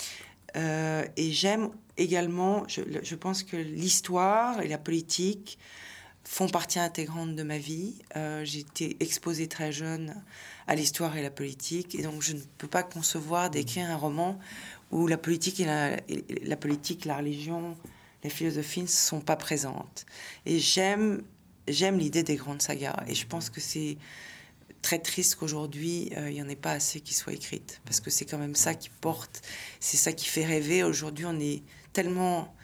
Euh, et j'aime également, je, je pense que l'histoire et la politique font partie intégrante de ma vie. Euh, j'ai été exposée très jeune à l'histoire et la politique, et donc je ne peux pas concevoir d'écrire un roman où la politique et la, et la politique, la religion, la philosophie ne sont pas présentes. Et j'aime, j'aime l'idée des grandes sagas, et je pense que c'est très triste qu'aujourd'hui, il euh, n'y en ait pas assez qui soient écrites. Parce que c'est quand même ça qui porte, c'est ça qui fait rêver. Aujourd'hui, on est tellement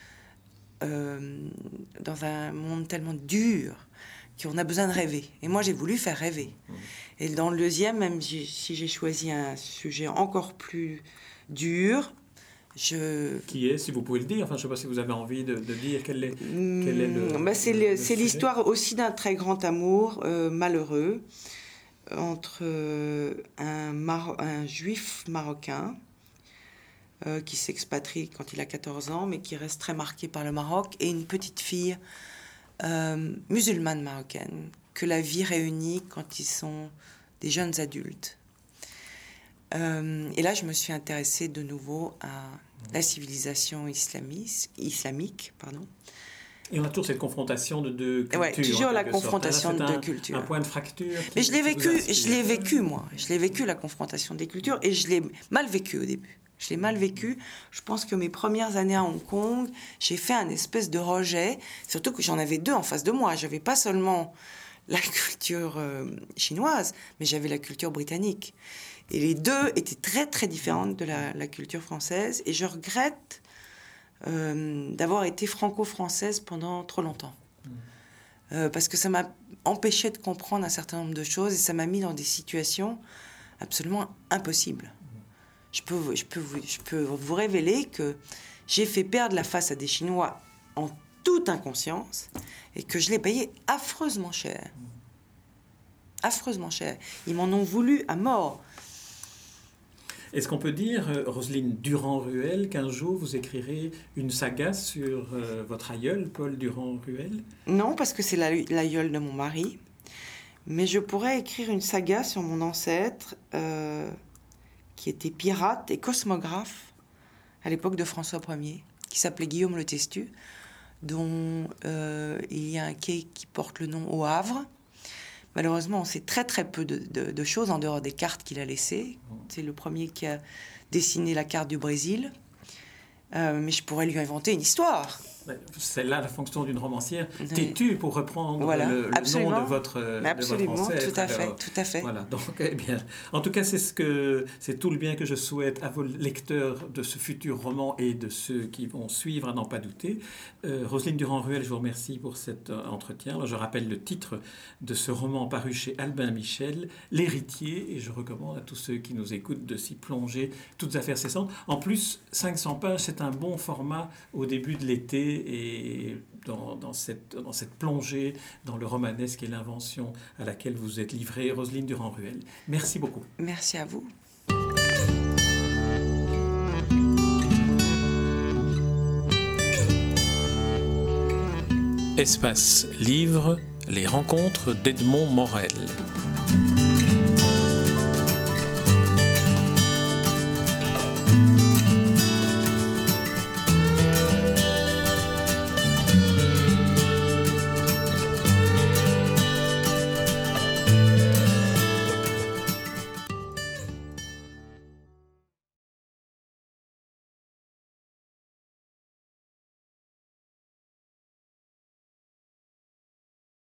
euh, dans un monde tellement dur qu'on a besoin de rêver. Et moi, j'ai voulu faire rêver. Et dans le deuxième, même si j'ai choisi un sujet encore plus dur, je... Qui est, si vous pouvez le dire, enfin, je ne sais pas si vous avez envie de, de dire quel est, quel est le... Bah, c'est, le, le c'est l'histoire aussi d'un très grand amour euh, malheureux, entre euh, un, Mar- un juif marocain euh, qui s'expatrie quand il a quatorze ans, mais qui reste très marqué par le Maroc, et une petite fille euh, musulmane marocaine, que la vie réunit quand ils sont des jeunes adultes. Euh, et là, je me suis intéressée de nouveau à la civilisation islamique, islamique pardon. Et on a toujours cette confrontation de deux cultures. Ouais, toujours la confrontation de deux cultures. Un point de fracture. Mais je l'ai vécu, je l'ai vécu moi. Je l'ai vécu la confrontation des cultures, et je l'ai mal vécu au début. Je l'ai mal vécu. Je pense que mes premières années à Hong Kong, j'ai fait un espèce de rejet. Surtout que j'en avais deux en face de moi. J'avais pas seulement la culture euh, chinoise, mais j'avais la culture britannique. Et les deux étaient très très différentes de la, la culture française. Et je regrette Euh, d'avoir été franco-française pendant trop longtemps. Mmh. Euh, parce que ça m'a empêché de comprendre un certain nombre de choses, et ça m'a mis dans des situations absolument impossibles. Mmh. Je peux, je peux, vous, je peux vous révéler que j'ai fait perdre la face à des Chinois en toute inconscience, et que je l'ai payé affreusement cher. Mmh. affreusement cher. Ils m'en ont voulu à mort. Est-ce qu'on peut dire, euh, Roselyne Durand-Ruel, qu'un jour vous écrirez une saga sur euh, votre aïeul, Paul Durand-Ruel? Non, parce que c'est la- l'aïeul de mon mari. Mais je pourrais écrire une saga sur mon ancêtre, euh, qui était pirate et cosmographe à l'époque de François Ier, qui s'appelait Guillaume le Testu, dont euh, il y a un quai qui porte le nom au Havre. Malheureusement, on sait très très peu de, de, de choses en dehors des cartes qu'il a laissées. C'est le premier qui a dessiné la carte du Brésil. Euh, mais je pourrais lui inventer une histoire. C'est là la fonction d'une romancière Oui. têtue, pour reprendre Voilà, le, le nom absolument. de votre, de Absolument, votre ancêtre. tout à fait, Alors, tout à fait. Voilà, donc, eh bien, en tout cas, c'est ce que, c'est tout le bien que je souhaite à vos lecteurs de ce futur roman et de ceux qui vont suivre, à n'en pas douter. Euh, Roselyne Durand-Ruel, je vous remercie pour cet euh, entretien. Alors, je rappelle le titre de ce roman paru chez Albin Michel, L'Héritier, et je recommande à tous ceux qui nous écoutent de s'y plonger, toutes affaires cessantes. En plus, cinq cents pages, c'est un bon format au début de l'été et dans, dans, cette, dans cette plongée dans le romanesque et l'invention à laquelle vous êtes livrée, Roselyne Durand-Ruel. Merci beaucoup. Merci à vous. Espace Livre, les rencontres d'Edmond Morel.